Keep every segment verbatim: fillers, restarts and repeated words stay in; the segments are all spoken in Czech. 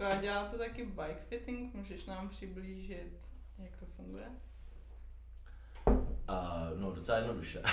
Jirko, a děláte taky bike fitting? Můžeš nám přiblížit, jak to funguje? Uh, no docela jednoduše.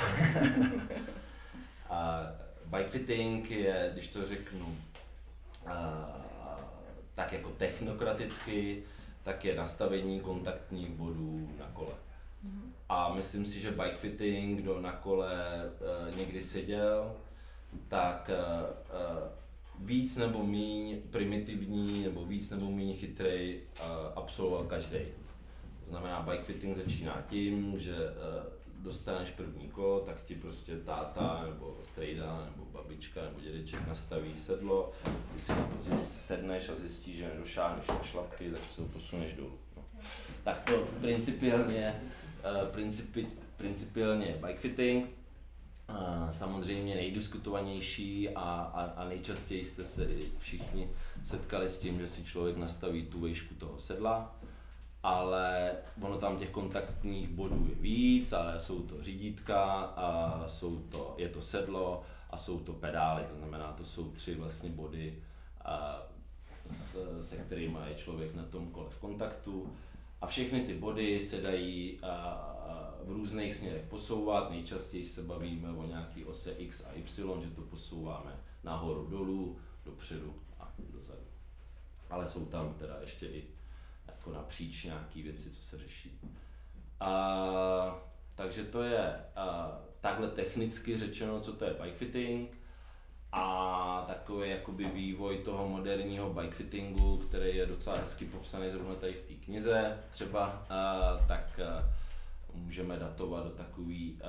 uh, bike fitting je, když to řeknu uh, tak jako technokraticky, tak je nastavení kontaktních bodů na kole. Mm-hmm. A myslím si, že bike fitting, kdo na kole uh, někdy seděl, tak uh, uh, víc nebo míň primitivní nebo víc nebo míň chytrej uh, absolvoval každý. To znamená, bike fitting začíná tím, že uh, dostaneš první kolo, tak ti prostě táta nebo strejda nebo babička nebo dědeček nastaví sedlo, ty si na to sedneš a zjistíš, že nedošáhneš na šlapky, tak se ho posuneš dolů. No. Tak to principiálně, uh, principi, principiálně bike fitting. Uh, samozřejmě nejdiskutovanější a, a, a nejčastěji jste se všichni setkali s tím, že si člověk nastaví tu výšku toho sedla, ale ono tam těch kontaktních bodů je víc, ale jsou to řídítka, a jsou to, je to sedlo a jsou to pedály, to znamená, to jsou tři vlastně body, a, se kterými je člověk na tom kole v kontaktu. A všechny ty body se dají a, a v různých směrech posouvat, nejčastěji se bavíme o nějaký ose X a Y, že to posouváme nahoru, dolů, dopředu a dozadu. Ale jsou tam teda ještě i jako napříč nějaké věci, co se řeší. A, takže to je a, takhle technicky řečeno, co to je bike fitting. A takový jakoby vývoj toho moderního bike fittingu, který je docela hezky popsaný zrovna tady v té knize třeba, uh, tak uh, můžeme datovat do takové uh,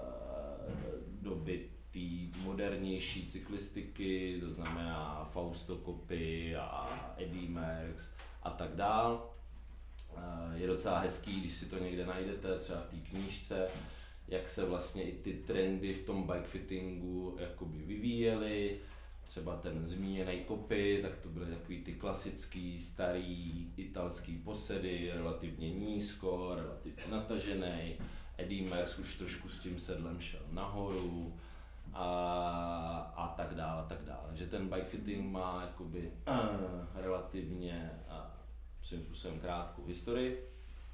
doby té modernější cyklistiky, to znamená Fausto Coppi a Eddy Merckx a tak dál. Uh, je docela hezký, když si to někde najdete, třeba v té knížce, jak se vlastně i ty trendy v tom bike fittingu jakoby vyvíjely. Třeba ten zmíněný Coppi, tak to byly takový ty klasický, starý italský posedy, relativně nízko, relativně natažený. Eddy Merckx už trošku s tím sedlem šel nahoru a, a tak dále, a tak dále. Že ten bike fitting má jakoby uh, relativně uh, svým způsobem krátkou historii.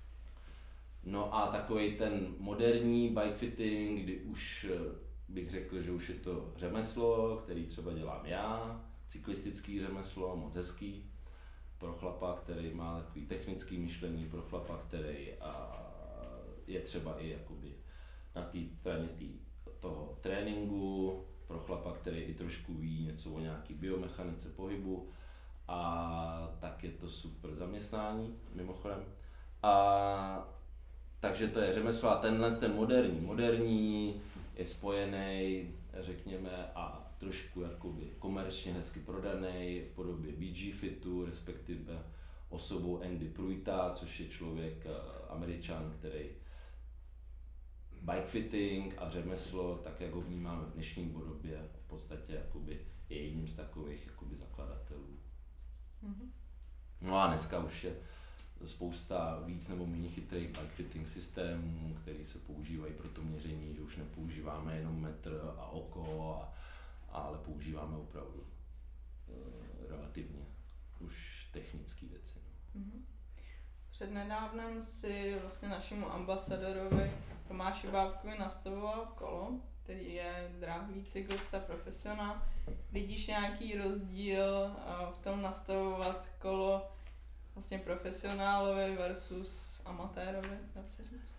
No a takovej ten moderní bike fitting, kdy už bych řekl, že už je to řemeslo, který třeba dělám já, cyklistický řemeslo, moc hezký, pro chlapa, který má takový technický myšlení, pro chlapa, který a, je třeba i jakoby na té straně tý, toho tréninku, pro chlapa, který i trošku ví něco o nějaký biomechanice pohybu, a tak je to super zaměstnání, mimochodem. A takže to je řemeslo a tenhle ten moderní, moderní je spojený, řekněme, a trošku jakoby komerčně hezky prodaný v podobě B G Fitu, respektive osobou Andy Pruita, což je člověk, Američan, který bike fitting a řemeslo, tak jak ho vnímáme v dnešní podobě, v podstatě jakoby je jedním z takových jakoby zakladatelů. Mm-hmm. No a dneska už je spousta víc nebo méně chytrých bike fitting systémů, které se používají pro to měření, že už nepoužíváme jenom metr a oko, a, ale používáme opravdu e, relativně už technické věci. Mm-hmm. Přednedávnem si vlastně našemu ambasadorovi Tomáši Bábkovi nastavoval kolo, který je dráhový cyklista, profesionál. Vidíš nějaký rozdíl v tom nastavovat kolo vlastně profesionálovi versus amatérovi, dá se říct?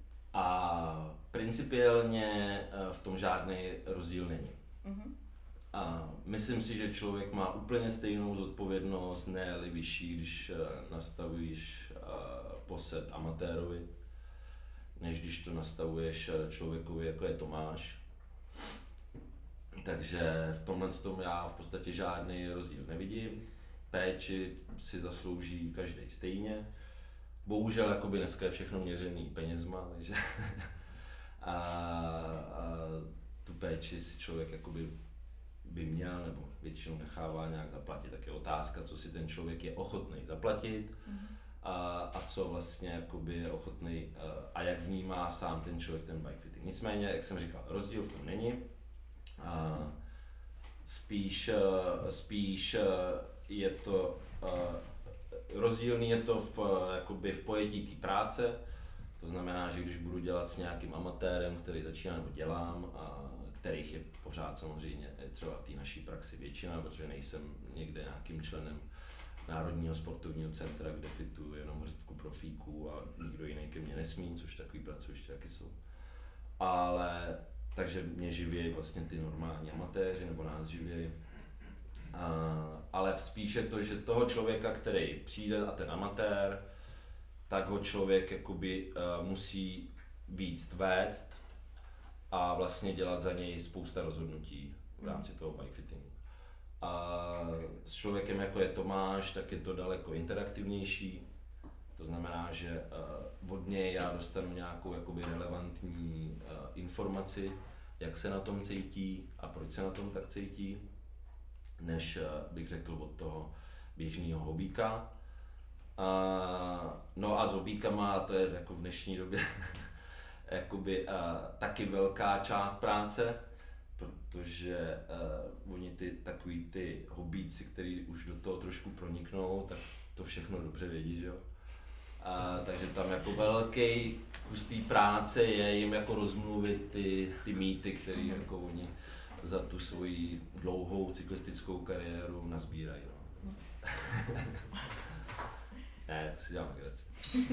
A principiálně v tom žádný rozdíl není. Uh-huh. A myslím si, že člověk má úplně stejnou zodpovědnost, ne-li vyšší, když nastavíš posed amatérovi, než když to nastavuješ člověkovi, jako je Tomáš. Takže v tomhle tom já v podstatě žádný rozdíl nevidím. Péči si zaslouží každý stejně. Bohužel jakoby dneska je všechno měřený penězma, takže a, a tu péči si člověk jakoby by měl nebo většinou nechává nějak zaplatit. Tak je otázka, co si ten člověk je ochotný zaplatit a, a co vlastně jakoby je ochotný a jak vnímá sám ten člověk ten bike fitting. Nicméně, jak jsem říkal, rozdíl v tom není. A spíš, spíš je to rozdílný je to v, jakoby v pojetí té práce, to znamená, že když budu dělat s nějakým amatérem, který začíná nebo dělám, a kterých je pořád samozřejmě třeba v té naší praxi většina, protože nejsem někde nějakým členem Národního sportovního centra, kde fituju jenom hrstku profíků a nikdo jiný ke mně nesmí, což takový pracoviště taky jsou. Ale takže mě živějí vlastně ty normální amatéři, nebo nás živějí. Uh, ale spíše to, že toho člověka, který přijde a ten amatér, tak ho člověk jakoby uh, musí víc vést a vlastně dělat za něj spousta rozhodnutí v rámci toho bikefittingu. A s člověkem jako je Tomáš, tak je to daleko interaktivnější. To znamená, že uh, od něj já dostanu nějakou jakoby relevantní uh, informaci, jak se na tom cítí a proč se na tom tak cítí, než uh, bych řekl od toho běžného hobíka. Uh, no a s hobíkama, to je jako v dnešní době jakoby, uh, taky velká část práce, protože uh, oni ty takový ty hobíci, kteří už do toho trošku proniknou, tak to všechno dobře vědí, že jo. Uh, takže tam jako velký kus té práce je jim jako rozmluvit ty, ty mýty, které jako oni za tu svoji dlouhou cyklistickou kariéru nazbírají. No. Ne, to si dělám legraci.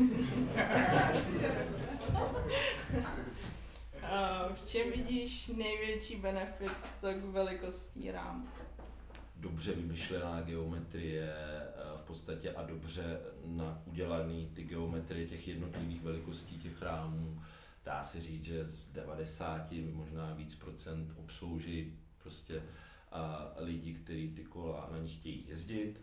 V čem vidíš největší benefit z tak velikostí rám? Dobře vymyšlená geometrie v podstatě a dobře na udělaný ty geometrie těch jednotlivých velikostí těch rámů. Dá se říct, že z devadesát, možná víc procent obslouží prostě a, lidi, kteří ty kola na nich chtějí jezdit.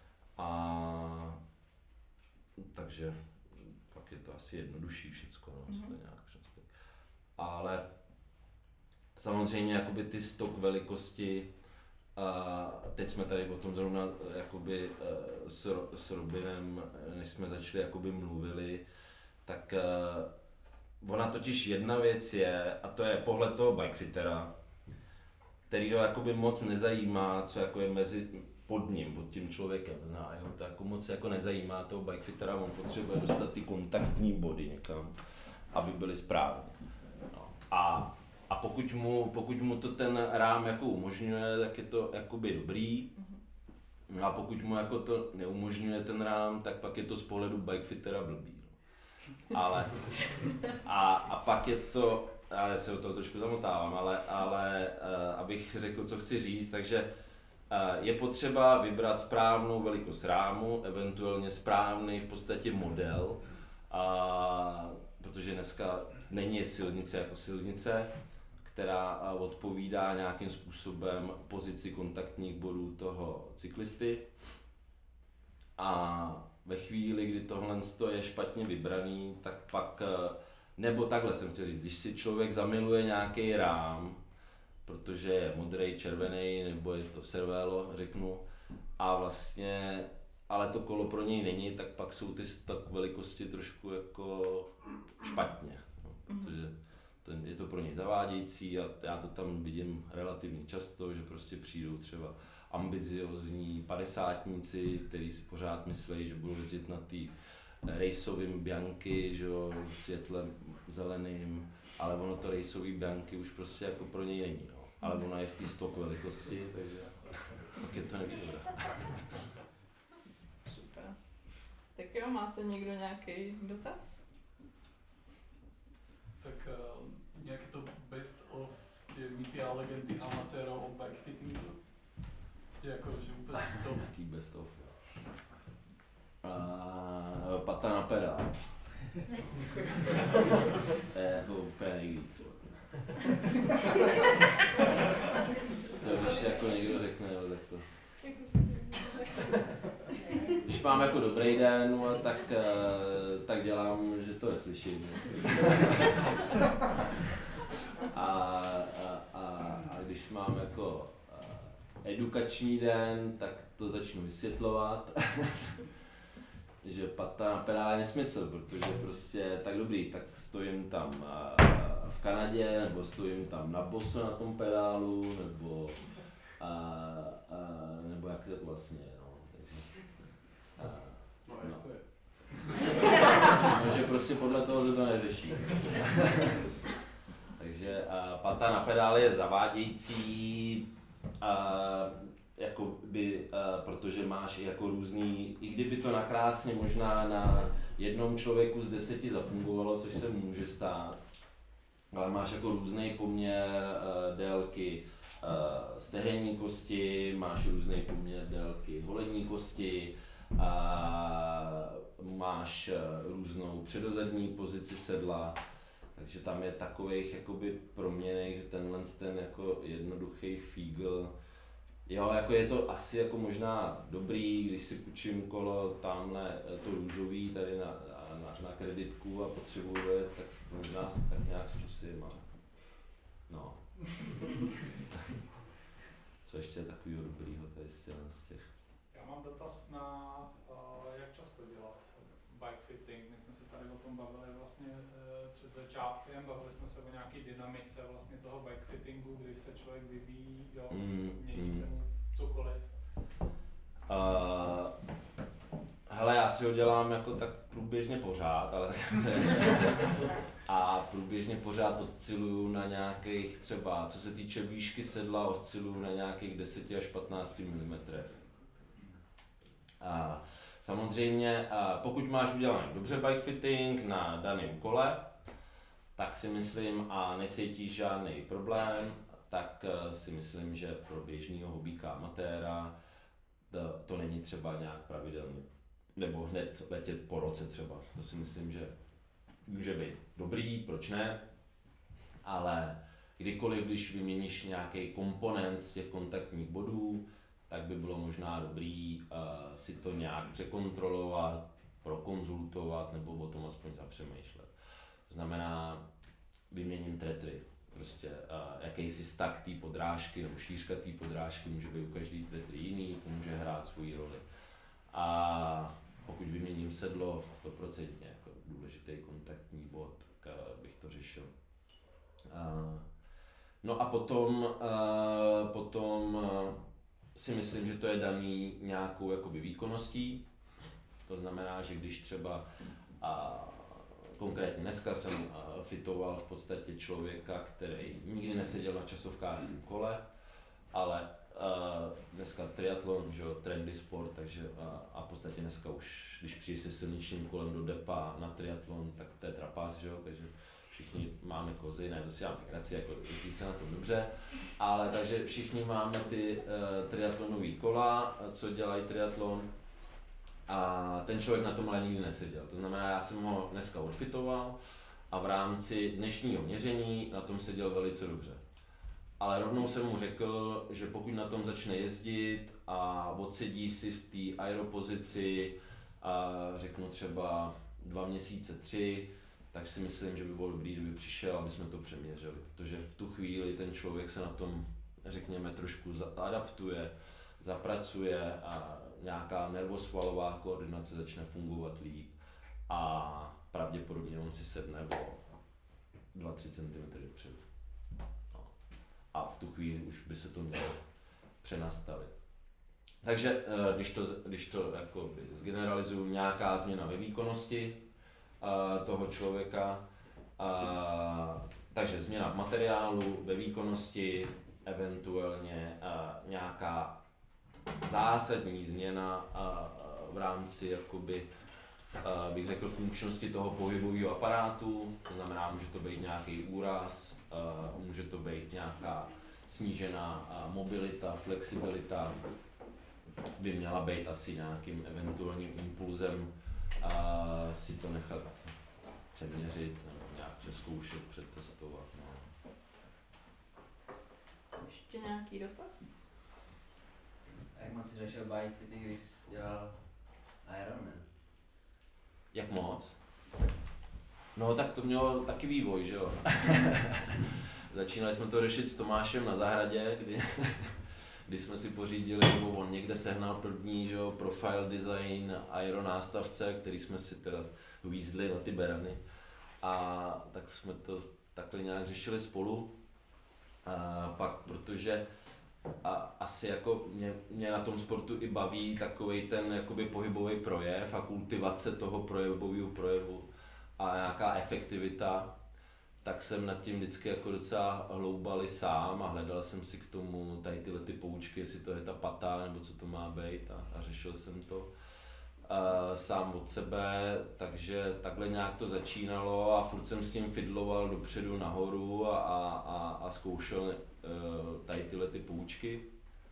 A takže pak je to asi jednodušší všecko, no, mm-hmm. se to nějak představit. Ale samozřejmě jakoby ty stok velikosti, a teď jsme tady o tom zrovna jakoby s, s Robinem, než jsme začali jakoby mluvili, tak uh, ona totiž jedna věc je, a to je pohled toho bikefittera, který ho jakoby moc nezajímá, co jako je mezi pod ním, pod tím člověkem, zná, jeho to jako moc jako nezajímá toho bikefittera, on potřebuje dostat ty kontaktní body někam, aby byly správně. No. A, a pokud mu, pokud mu to ten rám jako umožňuje, tak je to jakoby dobrý. No a pokud mu jako to neumožňuje ten rám, tak pak je to z pohledu bikefittera blbý. No. Ale a, a pak je to, já se do toho trošku zamotávám, ale, ale uh, abych řekl, co chci říct, takže je potřeba vybrat správnou velikost rámu, eventuálně správný v podstatě model, a, protože dneska není silnice jako silnice, která odpovídá nějakým způsobem pozici kontaktních bodů toho cyklisty. A ve chvíli, kdy tohle je špatně vybraný, tak pak, nebo takhle jsem chtěl říct, když si člověk zamiluje nějaký rám, protože je modrý, červený, nebo je to servélo, řeknu, a vlastně, ale to kolo pro něj není, tak pak jsou ty tak velikosti trošku jako špatně, no, protože to, je to pro něj zavádějící a já to tam vidím relativně často, že prostě přijdou třeba ambiciozní padesátníci, kteří si pořád myslí, že budou jezdit na ty rejsovým Bianchi, že jo, světlem zeleným, ale ono to rejsový Bianchi už prostě jako pro něj není, no. Ale ona je v té stok velikosti, takže tak je to nevýhoda. Super. Tak jo, máte někdo nějaký dotaz? Tak uh, nějaké to best of ty mýty a legendy amatérov o bikefittingu? Je jako, že úplně to... Taký best of, jo. Uh, pata na pedál. To je jako úplně nejvíc. To když jako někdo řekne, jo, tak to... Když mám jako dobrý den, tak, tak dělám, že to neslyším. A, a, a, a když mám jako edukační den, tak to začnu vysvětlovat. Že pata na pedál je nesmysl, protože prostě tak dobrý, tak stojím tam v Kanadě, nebo stojím tam na boso na tom pedálu, nebo, a, a, nebo jak je to vlastně, no. Takže, podle toho se to neřeší. Takže uh, pata na pedále je zavádějící, uh, jakoby, uh, protože máš jako různý, i kdyby to nakrásně možná na jednom člověku z deseti zafungovalo, což se může stát, ale máš jako různý poměr uh, délky uh, stehenní kosti, máš různý poměr délky holenní kosti, a máš uh, různou předozadní pozici sedla, takže tam je takových jakoby proměnek, že tenhle ten jako jednoduchý fígl, jo, jako je to asi jako možná dobrý, když si půjčím kolo tamhle to růžový tady na, na, na kreditku a potřebuji věc, tak si to možná tak nějak zkusím. A... No. Co ještě takového dobrýho tady z těch, z těch? Já mám dotaz na, uh, jak často dělat bike fitting. My jsme se tady o tom bavili vlastně uh, před začátkem, bavili jsme se o nějaký dynamice vlastně toho bike fittingu, když se člověk vyvíjí, jo, Mm, mění mm. se mu cokoliv. Uh, hele, já si ho dělám jako tak průběžně pořád, ale a průběžně pořád osciluju na nějakých třeba, co se týče výšky sedla, osciluju na nějakých deset až patnáct milimetrů. A samozřejmě, a pokud máš udělaný dobře bike fitting na daném kole, tak si myslím a necítíš žádný problém, tak si myslím, že pro běžného hobíka amatéra to, to není třeba nějak pravidelně, nebo hned letět po roce třeba. To si myslím, že může být dobrý, proč ne, ale kdykoliv, když vyměníš nějaký komponent z těch kontaktních bodů, tak by bylo možná dobrý uh, si to nějak překontrolovat, prokonzultovat nebo o tom aspoň zapřemýšlet. To znamená, vyměním tretry. Prostě uh, jakýsi stack té podrážky nebo šířka té podrážky může být u každý tretry jiný, to může hrát svoji roli. A pokud vyměním sedlo, sto procent jako důležitý kontaktní bod, tak uh, bych to řešil. Uh, no a potom, uh, potom uh, si myslím, že to je daný nějakou jakoby výkonností. To znamená, že když třeba a, konkrétně dneska jsem a, fitoval v podstatě člověka, který nikdy neseděl na časovkářském kole, ale a, dneska triatlon, že jo, trendy sport, takže a, a v podstatě dneska už, když přijde se silničním kolem do depa na triatlon, tak to je trapas, že jo, takže všichni máme kozy, ne, to si dělám legraci, jako jezdí se na tom dobře, ale takže všichni máme ty uh, triatlonové kola, co dělají triatlon a ten člověk na tom ale nikdy neseděl. To znamená, já jsem ho dneska odfitoval a v rámci dnešního měření na tom seděl velice dobře. Ale rovnou jsem mu řekl, že pokud na tom začne jezdit a odsedí si v té aeropozici a řeknu třeba dva měsíce, tři, tak si myslím, že by bylo dobrý, kdyby přišel, aby jsme to přeměřili, protože v tu chvíli ten člověk se na tom, řekněme, trošku adaptuje, zapracuje a nějaká nervosvalová koordinace začne fungovat líp a pravděpodobně on si sedne o dva tři centimetry dopředu. No. A v tu chvíli už by se to mělo přenastavit. Takže když to, když to jakoby zgeneralizuju, nějaká změna ve výkonnosti toho člověka, a, takže změna v materiálu, ve výkonnosti, eventuálně a, nějaká zásadní změna a, v rámci jakoby, a, bych řekl funkčnosti toho pohybového aparátu, to znamená, může to být nějaký úraz, a, může to být nějaká snížená a, mobilita, flexibilita, by měla být asi nějakým eventuálním impulzem a si to nechat přeměřit nebo nějak přezkoušet, přetestovat. No. Ještě nějaký dotaz? A jak moc jsi řešil bike fitting, když jsi dělal Ironman? Jak moc? No tak to mělo taky vývoj, že jo? Začínali jsme to řešit s Tomášem na zahradě, kdy když jsme si pořídili, nebo on někde sehnal první, že jo, profile design aero nástavce, který jsme si teda hvízdli na ty berany. A tak jsme to takhle nějak řešili spolu. A pak, protože a asi jako mě, mě na tom sportu i baví takovej ten jakoby pohybový projev a kultivace toho projevového projevu. a nějaká efektivita, tak jsem nad tím vždycky jako docela hloubal i sám a hledal jsem si k tomu tady tyhle ty poučky, jestli to je ta pata nebo co to má být a, a řešil jsem to uh, sám od sebe, takže takhle nějak to začínalo a furt jsem s tím fidloval dopředu nahoru a, a, a zkoušel uh, tady tyhle ty poučky.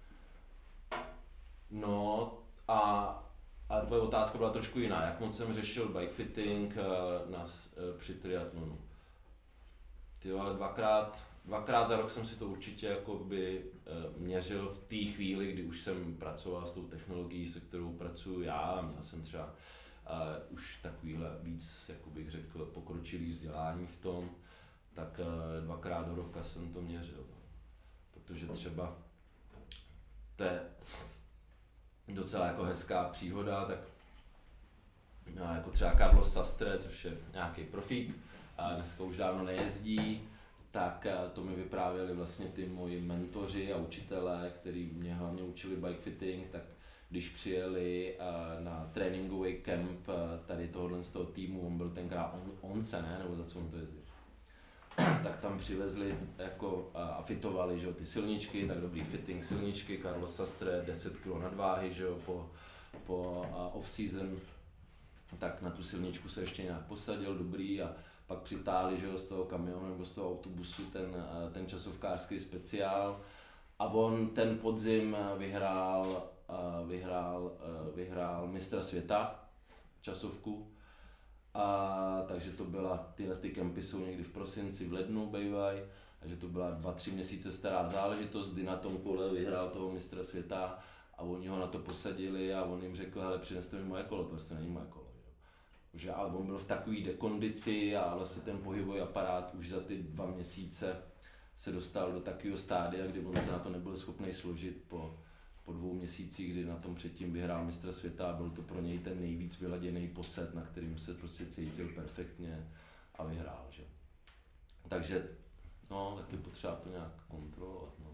No a, a tvoje otázka byla trošku jiná, jak moc jsem řešil bike fitting uh, na, uh, při triatlonu. Tyjo, ale dvakrát, dvakrát za rok jsem si to určitě jakoby uh, měřil v té chvíli, kdy už jsem pracoval s tou technologií, se kterou pracuji já a měl jsem třeba uh, už takovýhle víc, jako bych řekl, pokročilý vzdělání v tom, tak uh, dvakrát do roka jsem to měřil. Protože třeba to je docela jako hezká příhoda, tak no, jako třeba Carlos Sastre, což je nějaký profík, a dneska už dávno nejezdí, tak to mi vyprávěli vlastně ty moji mentoři a učitelé, kteří mě hlavně učili bike fitting, tak když přijeli na tréninkový kemp tady tohohle z toho týmu, on byl tenkrát on, Once, ne? Nebo za co on to jezdil? Tak tam přivezli jako a fitovali, že jo, ty silničky, tak dobrý fitting silničky, Carlos Sastre, deset kilo nadváhy, že jo, po, po off-season, tak na tu silničku se ještě nějak posadil, dobrý, a pak přitáhli, že jo, z toho kamionu nebo z toho autobusu ten, ten časovkářský speciál a on ten podzim vyhrál, vyhrál, vyhrál mistra světa časovku. A takže to byla, tyhle ty kempy jsou někdy v prosinci, v lednu bývají, takže to byla dva, tři měsíce stará záležitost, kdy na tom kole vyhrál toho mistra světa a oni ho na to posadili a on jim řekl, hele, přineste mi moje kolo, to vlastně není moje kolo. Že, ale on byl v takové dekondici a vlastně ten pohybový aparát už za ty dva měsíce se dostal do takového stádia, kdy on se na to nebyl schopný složit po, po dvou měsících, kdy na tom předtím vyhrál mistra světa a byl to pro něj ten nejvíc vyladěný posed, na kterým se prostě cítil perfektně a vyhrál, že. Takže, no, taky potřeba to nějak kontrolovat, no.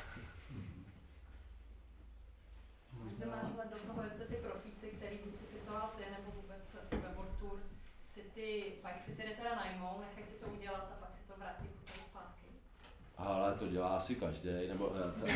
Možná máš hled do toho, jestli ty profíci, který buď si fitoval ty, nebo vůbec v World Tour, si ty bikefittery teda najmou, nechají si to udělat a pak si to vrátí potom zpátky. Ale to dělá asi každý, nebo ne,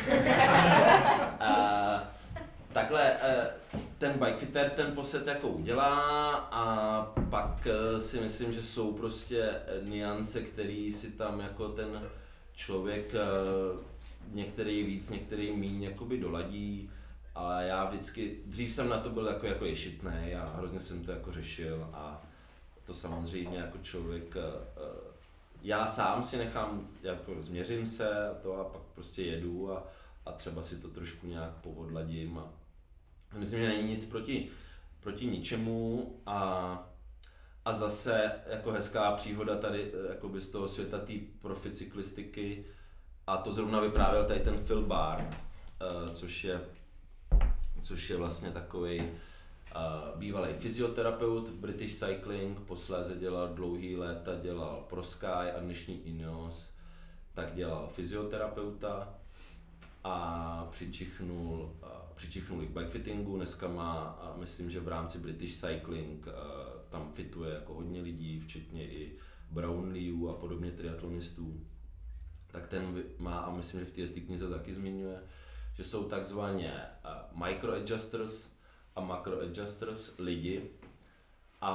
uh, takhle, uh, ten bikefitter ten posed jako udělá a pak uh, si myslím, že jsou prostě nuance, který si tam jako ten člověk uh, některý víc, některý míň jakoby doladí. Ale já vždycky, dřív jsem na to byl jako, jako ješitnej a hrozně jsem to jako řešil a to samozřejmě jako člověk, já sám si nechám, jako změřím se a to a pak prostě jedu a, a třeba si to trošku nějak poodladím a myslím, že není nic proti, proti ničemu a, a zase jako hezká příhoda tady jakoby z toho světa té proficyklistiky a to zrovna vyprávěl tady ten Phil Barr, což je což je vlastně takový uh, bývalý fyzioterapeut v British Cycling, posléze dělal dlouhý léta, dělal pro Sky a dnešní Ineos, tak dělal fyzioterapeuta a přičichnul, uh, přičichnul k bikefittingu, dneska má, uh, myslím, že v rámci British Cycling uh, tam fituje jako hodně lidí, včetně i Brownleeů a podobně triatlonistů, tak ten má, a myslím, že v té knize taky zmiňuje, že jsou takzvaně uh, micro-adjusters a macro-adjusters lidi a,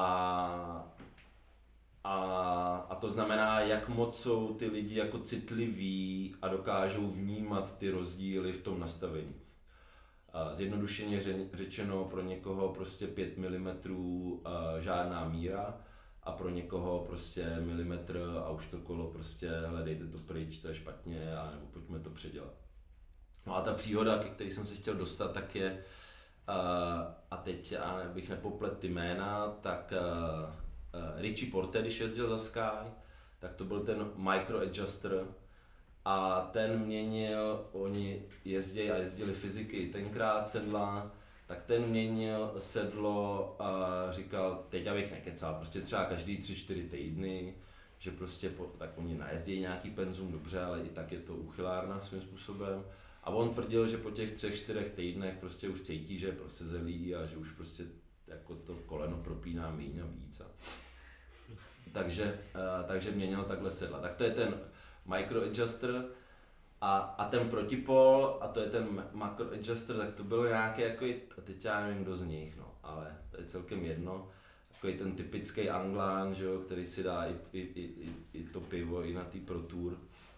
a, a to znamená, jak moc jsou ty lidi jako citliví a dokážou vnímat ty rozdíly v tom nastavení. Uh, zjednodušeně řečeno, pro někoho prostě pět milimetrů uh, žádná míra a pro někoho prostě milimetr a už to kolo prostě hledejte to pryč, to je špatně a nebo pojďme to předělat. No a ta příhoda, ke které jsem se chtěl dostat, tak je, uh, a teď já bych nepoplet ty jména, tak uh, uh, Richie Porte, když jezdil za Sky, tak to byl ten micro-adjuster a ten měnil, oni jezdí a jezdili fyziky, tenkrát sedla, tak ten měnil sedlo a říkal, teď abych nekecal, prostě třeba každý tři čtyři týdny, že prostě, po, tak oni najezdějí nějaký penzum, dobře, ale i tak je to úchylárna svým způsobem. A on tvrdil, že po těch třech, čtyřech týdnech prostě už cítí, že je prosezelý a že už prostě jako to koleno propíná míň a víc. A takže, uh, takže měnil takhle sedla. Tak to je ten micro adjuster a, a ten protipol, a to je ten macro adjuster, tak to bylo nějaké jako, a teď já nevím kdo z nich, no, ale to je celkem jedno. Takový ten typický Anglán, že jo, který si dá i, i, i, i to pivo i na tý Pro Tour.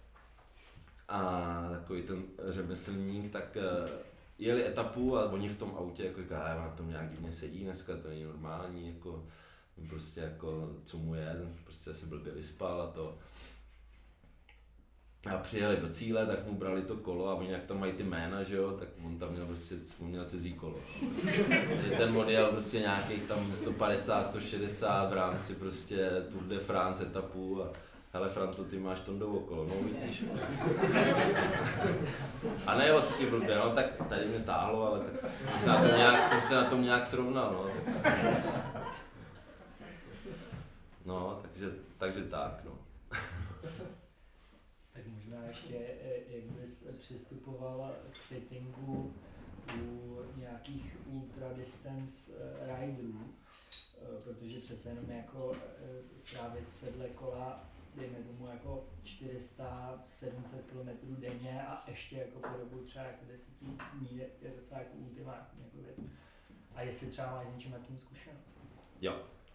A takový ten řemeslník, tak uh, jeli etapu a oni v tom autě jako říkají, na tom nějak divně sedí dneska, to není normální, jako prostě jako co mu je, prostě se blbě vyspal a to. A přijeli do cíle, tak mu brali to kolo a oni jak tam mají ty jména, že jo, tak on tam měl prostě, on měl cizí kolo. Takže ten model prostě nějakých tam sto padesát, sto šedesát v rámci prostě Tour de France etapu a hele Franto, ty máš Tondovo kolo, no vidíš. A ne, jo, si ti blbě, no tak tady mě táhlo, ale tak jsem, na tom nějak, jsem se na tom nějak srovnal, no. No, takže, takže tak, no. Tak možná ještě, jak bys přistupoval k fittingu u nějakých ultra distance riderů, protože přece jenom jako strávit sedle kola, dejme tomu jako čtyři sta sedm set kilometrů denně a ještě jako po dobu třeba jako deseti dní je, je docela jako ultimátní jako věc. A jestli třeba máš s něčím takovým zkušenost? Jo.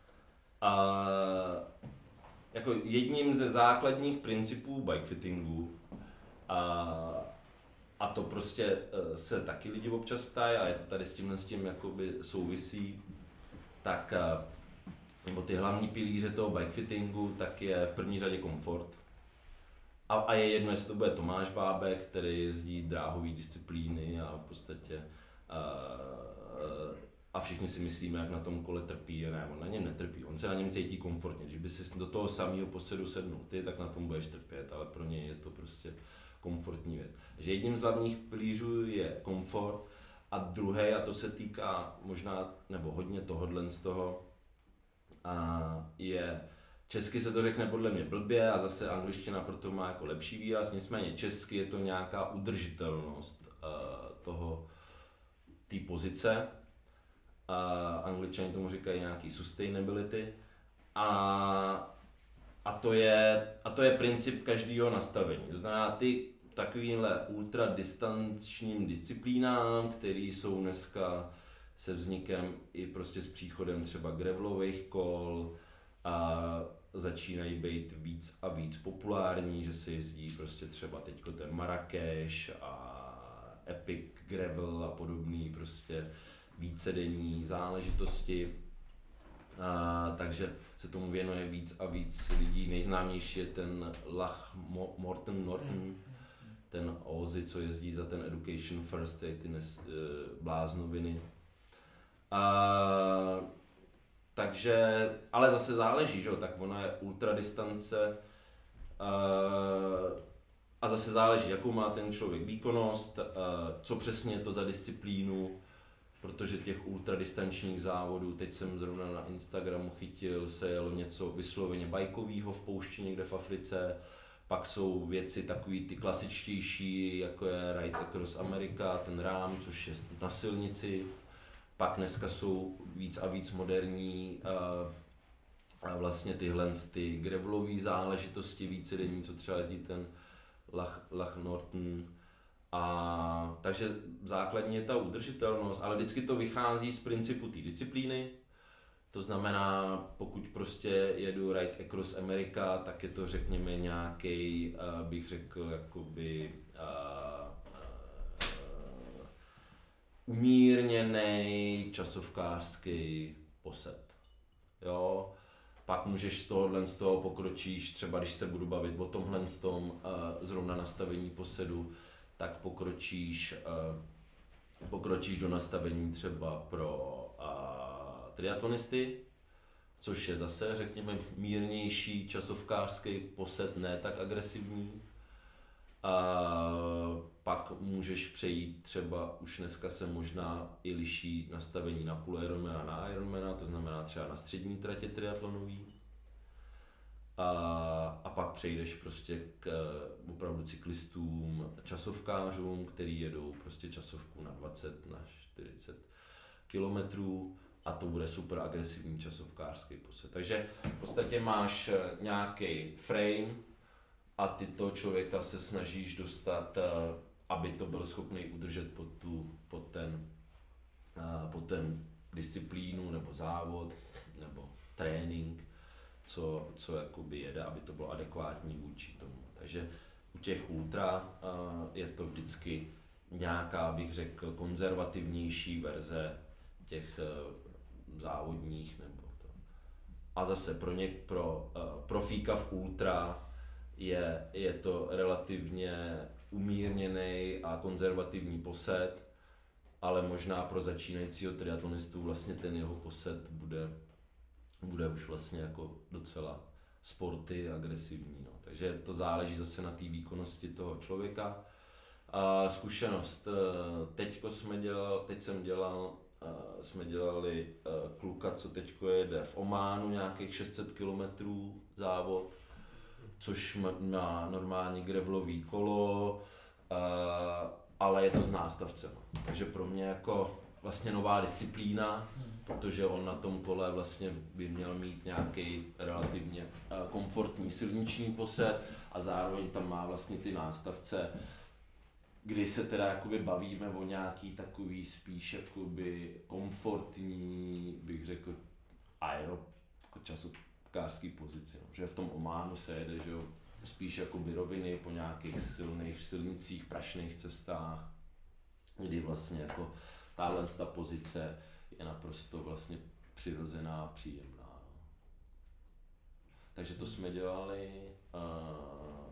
Uh, jako jedním ze základních principů bikefittingu a, a to prostě uh, se taky lidi občas ptají a je to tady s tímhle s tím jakoby souvisí, tak uh, nebo ty hlavní pilíře toho bikefittingu, tak je v první řadě komfort. A, a je jedno, jestli to bude Tomáš Bábek, který jezdí dráhové disciplíny a v podstatě uh, a všichni si myslíme, jak na tom kole trpí, ne, on na něm netrpí, on se na něm cítí komfortně. Když by si do toho samého posedu sednul ty, tak na tom budeš trpět, ale pro něj je to prostě komfortní věc. Takže jedním z hlavních pilířů je komfort a druhý, a to se týká možná, nebo hodně tohodle z toho, a je, česky se to řekne podle mě blbě a zase angličtina proto má jako lepší výraz, nicméně česky je to nějaká udržitelnost uh, toho, té pozice. A Angličani tomu říkají nějaký sustainability a, a, to je, a to je princip každého nastavení. To znamená, ty takovýmhle ultradistančním disciplínám, které jsou dneska se vznikem i prostě s příchodem třeba gravelových kol a začínají být víc a víc populární, že se jezdí prostě třeba teďko ten Marrakeš a Epic Gravel a podobný prostě vícedenní záležitosti, a, takže se tomu věnuje víc a víc lidí. Nejznámější je ten Lach Mo- Morten Norton, ten Ozzy, co jezdí za ten Education First, ty, ty nes, e, bláznoviny. A, takže, ale zase záleží, že? Tak ona je ultradistance a, a zase záleží, jakou má ten člověk výkonnost, a, co přesně je to za disciplínu, protože těch ultradistančních závodů, teď jsem zrovna na Instagramu chytil, se jelo něco vysloveně bajkovýho v poušti někde v Africe, pak jsou věci takový ty klasičtější, jako je Ride Across America, ten rám, což je na silnici, pak dneska jsou víc a víc moderní a, a vlastně tyhle ty gravelové záležitosti vícedenní, co třeba jezdí ten Lach, Lach Norton. A takže základně je ta udržitelnost, ale vždycky to vychází z principu té disciplíny. To znamená, pokud prostě jedu Ride Across America, tak je to řekněme nějaký, uh, bych řekl, jakoby uh, uh, umírněný časovkářský posed. Jo? Pak můžeš z tohohle z toho pokročíš, třeba když se budu bavit o tomhle z tom uh, zrovna nastavení posedu, tak pokročíš, uh, pokročíš do nastavení třeba pro uh, triatlonisty, což je zase, řekněme, mírnější časovkářský posed, ne tak agresivní. Uh, pak můžeš přejít třeba, už dneska se možná i liší nastavení na půl Ironmana, na Ironmana, to znamená třeba na střední tratě triatlonový. A, a pak přejdeš prostě k opravdu cyklistům, časovkářům, který jedou prostě časovku na dvacet, na čtyřicet kilometrů a to bude super agresivní časovkářský posed. Takže v podstatě máš nějaký frame a ty toho člověka se snažíš dostat, aby to byl schopný udržet pod, tu, pod, ten, pod ten disciplínu nebo závod nebo trénink, co, co jakoby jede, aby to bylo adekvátní vůči tomu. Takže u těch ultra je to vždycky nějaká, bych řekl, konzervativnější verze těch závodních nebo to. A zase pro ně, pro uh, profíka v ultra je, je to relativně umírněný a konzervativní posed, ale možná pro začínajícího triatlonistu vlastně ten jeho posed bude, bude už vlastně jako docela sporty agresivní. No. Takže to záleží zase na té výkonnosti toho člověka. A zkušenost. Teďko jsme dělal, teď jsem dělal, jsme dělali kluka, co teďko jede v Ománu, nějakých šest set kilometrů závod, což má normální gravelový kolo, ale je to s nástavcem. Takže pro mě jako vlastně nová disciplína, protože on na tom kole vlastně by měl mít nějaký relativně komfortní silniční posed a zároveň tam má vlastně ty nástavce, kdy se teda jakoby bavíme o nějaký takový spíš jakoby komfortní, bych řekl, aero jako časovkářský pozici. No. Že v tom Ománu se jede, že jo, spíš jakoby roviny po nějakých silných silnicích, prašných cestách, kdy vlastně jako tahle ta pozice je naprosto vlastně přirozená a příjemná. No. Takže to jsme dělali, uh,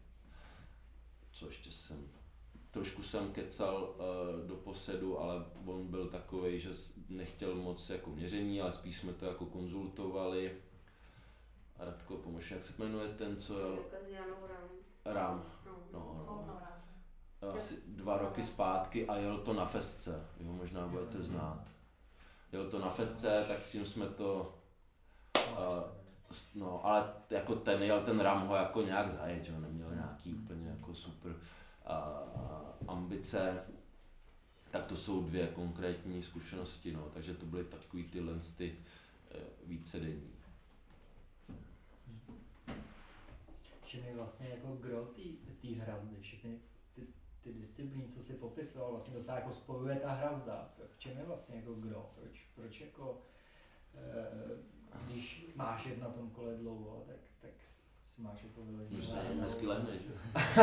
co ještě jsem, trošku jsem kecal uh, do posedu, ale on byl takovej, že nechtěl moc jako měření, ale spíš jsme to jako konzultovali. Radko, pomož, jak se jmenuje ten, co jel? Ram. No, no, no. Asi dva roky zpátky a jel to na festce, jo, možná budete znát. Jel to na festce, tak s tím jsme to, uh, no, ale jako ten jel ten Ram ho jako nějak zajet, že neměl nějaký úplně jako super uh, ambice. Tak to jsou dvě konkrétní zkušenosti, no, takže to byly takový tyhle ty uh, vícedenní. Čím je vlastně jako gro té hrazdy, všechny ty, ty disciplíny, co si popisoval, vlastně to se jako spojuje ta hrazda. V čem je vlastně jako gro? Proč, proč jako, e, když máš jet na tom kole dlouho, tak, tak si máš jako vyložený. Už se dnesky lehne, že?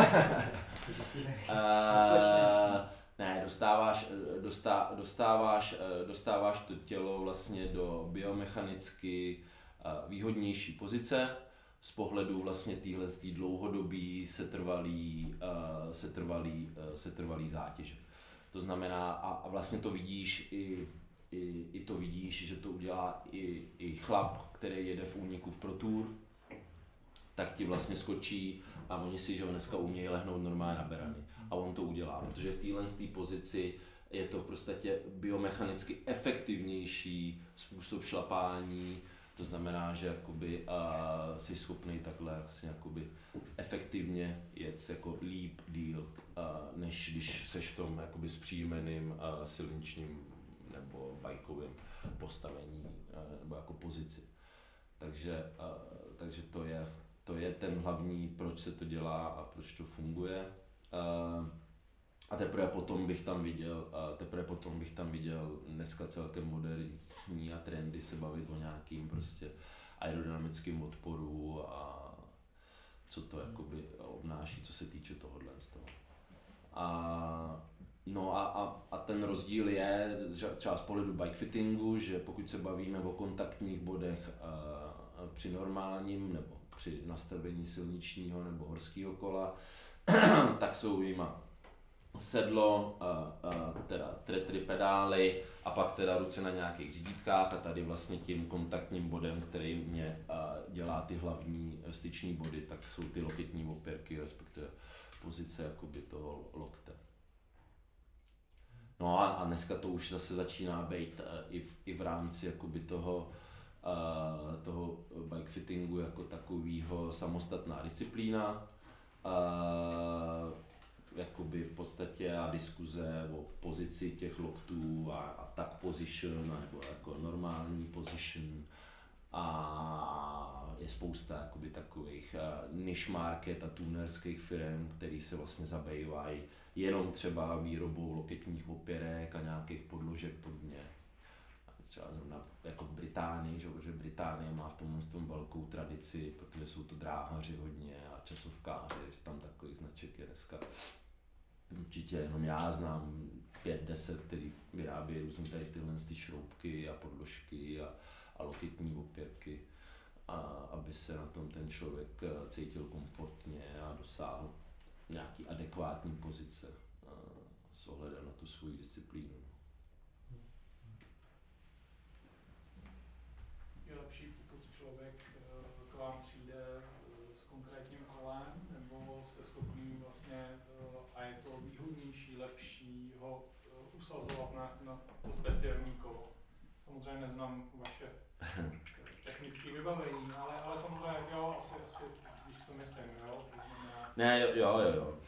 Ne, dostáváš, dostá, dostáváš, dostáváš to tělo vlastně do biomechanicky výhodnější pozice, z pohledu vlastně téhle dlouhodobý setrvalý, uh, setrvalý, uh, setrvalý zátěže. To znamená, a, a vlastně to vidíš i, i, i to vidíš, že to udělá i, i chlap, který jede v úniku v Pro Tour, tak ti vlastně skočí a oni si, že dneska umějí lehnout normálně na berany. A on to udělá, protože v téhle pozici je to v podstatě biomechanicky efektivnější způsob šlapání. To znamená, že jakoby, uh, jsi schopný takhle vlastně, jakoby, efektivně jet jako líp díl, uh, než když seš v tom jakoby, zpříjmeným uh, silničním nebo bajkovým postavení uh, nebo jako pozici. Takže, uh, takže to, je, to je ten hlavní, proč se to dělá a proč to funguje. Uh, a teprve potom bych tam viděl, uh, teprve potom bych tam viděl dneska celkem moderní a trendy se bavit o nějakým prostě aerodynamickém odporu a co to jakoby obnáší, co se týče tohohle z toho. A, no a, a, a ten rozdíl je třeba z pohledu bikefittingu, že pokud se bavíme o kontaktních bodech uh, při normálním nebo při nastavení silničního nebo horského kola, tak jsou jima sedlo, uh, uh, teda tretry pedály a pak teda ruce na nějakých řídítkách a tady vlastně tím kontaktním bodem, který mě uh, dělá ty hlavní styční body, tak jsou ty loketní opěrky, respektive pozice jakoby toho lokte. No a, a dneska to už zase začíná být uh, i, v, i v rámci jakoby toho, uh, toho bikefittingu jako takového samostatná disciplína. Uh, jakoby v podstatě a diskuze o pozici těch loktů a, a tak position, nebo jako normální position. A je spousta jakoby takových uh, niche market a tunerských firm, který se vlastně zabývají jenom třeba výrobou loketních opěrek a nějakých podložek podobně. Třeba zrovna jako v Británii, že, protože Británie má v tomhle tom velkou tradici, protože jsou to dráhaři hodně a časovkáři, že tam takových značek je dneska určitě jenom já znám pět, deset, který vyrábí různé tady tyhle ty šroubky a podložky a, a loketní opěrky, a aby se na tom ten člověk cítil komfortně a dosáhl nějaký adekvátní pozice a, s ohledem na tu svou disciplínu. Je lepší, pokud člověk k vám přijde s konkrétním kolem, nebo jste schopný vlastně, a je to výhodnější, lepší ho usazovat na, na to speciální kolo. Samozřejmě neznám vaše technické vybavení, ale, ale samozřejmě jo, asi, asi víš, co myslím, jo? Znamená... Ne, jo, jo, jo.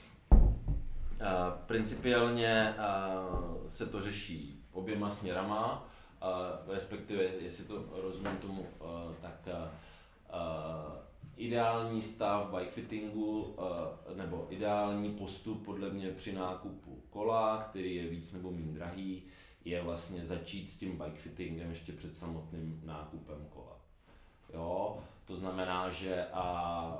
Uh, principiálně uh, se to řeší oběma směrama, uh, respektive, jestli to rozumím tomu, uh, tak uh, uh, ideální stav bike fittingu, uh, nebo ideální postup podle mě při nákupu kola, který je víc nebo méně drahý, je vlastně začít s tím bike fittingem ještě před samotným nákupem kola. Jo, to znamená, že a,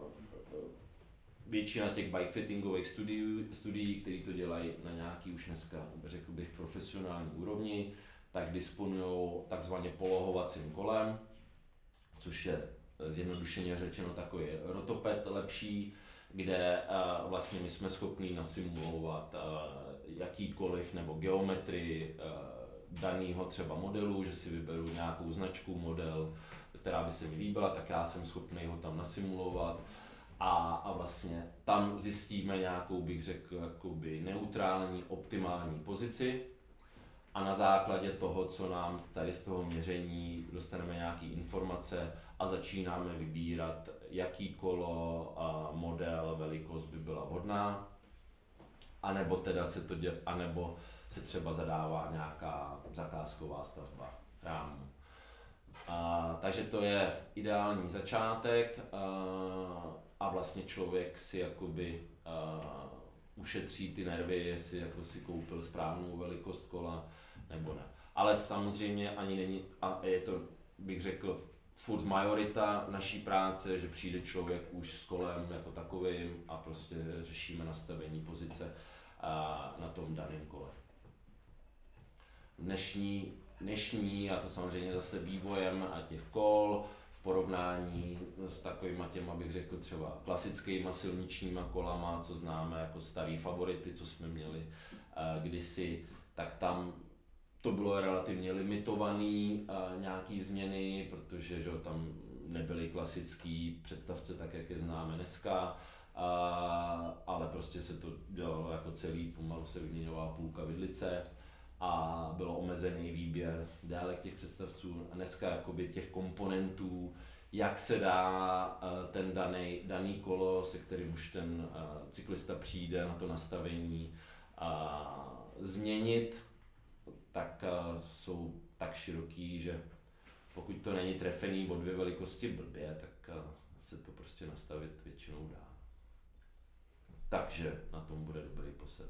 většina těch bike fittingových studií, studií, které to dělají na nějaký už dneska, řekl bych, profesionální úrovni, tak disponují takzvaně polohovacím kolem, což je zjednodušeně řečeno takový rotoped lepší, kde uh, vlastně my jsme schopni nasimulovat uh, jakýkoliv nebo geometrii uh, daného třeba modelu, že si vyberu nějakou značku, model, která by se mi líbila, tak já jsem schopný ho tam nasimulovat a, a vlastně tam zjistíme nějakou, bych řekl, jakoby neutrální, optimální pozici a na základě toho, co nám tady z toho měření dostaneme nějaké informace a začínáme vybírat, jaký kolo, a model, velikost by byla vhodná, anebo teda se to děl, anebo se třeba zadává nějaká zakázková stavba rámu. A, takže to je ideální začátek a, a vlastně člověk si jakoby a, ušetří ty nervy, jestli jako si koupil správnou velikost kola nebo ne. Ale samozřejmě ani není, a je to, bych řekl, furt majorita naší práce, že přijde člověk už s kolem jako takovým a prostě řešíme nastavení pozice a, na tom daném kole. Dnešní, dnešní, a to samozřejmě zase vývojem a těch kol v porovnání s takovýma těma, bych řekl, třeba klasickýma silničníma kolama, co známe jako starý favority, co jsme měli a, kdysi, tak tam to bylo relativně limitovaný a, nějaký změny, protože že, tam nebyly klasický představce tak, jak je známe dneska, a, ale prostě se to dělalo jako celý, pomalu se vyměňovala půlka vidlice a bylo omezený výběr délek těch představců a dneska jakoby těch komponentů, jak se dá ten daný, daný kolo, se kterým už ten cyklista přijde na to nastavení a změnit, tak jsou tak široký, že pokud to není trefený o dvě velikosti blbě, tak se to prostě nastavit většinou dá. Takže na tom bude dobrý posed.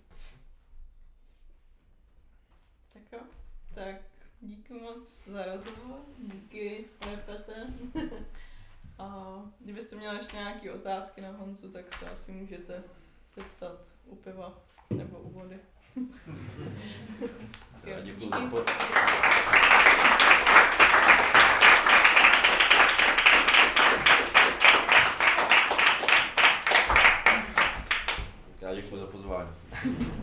Tak jo, tak díky moc za rozhovor, díky Repete. A kdybyste měli ještě nějaké otázky na Honzu, tak se asi můžete zeptat u piva nebo u vody. Já děkuji za po... Já děkuji za pozvání.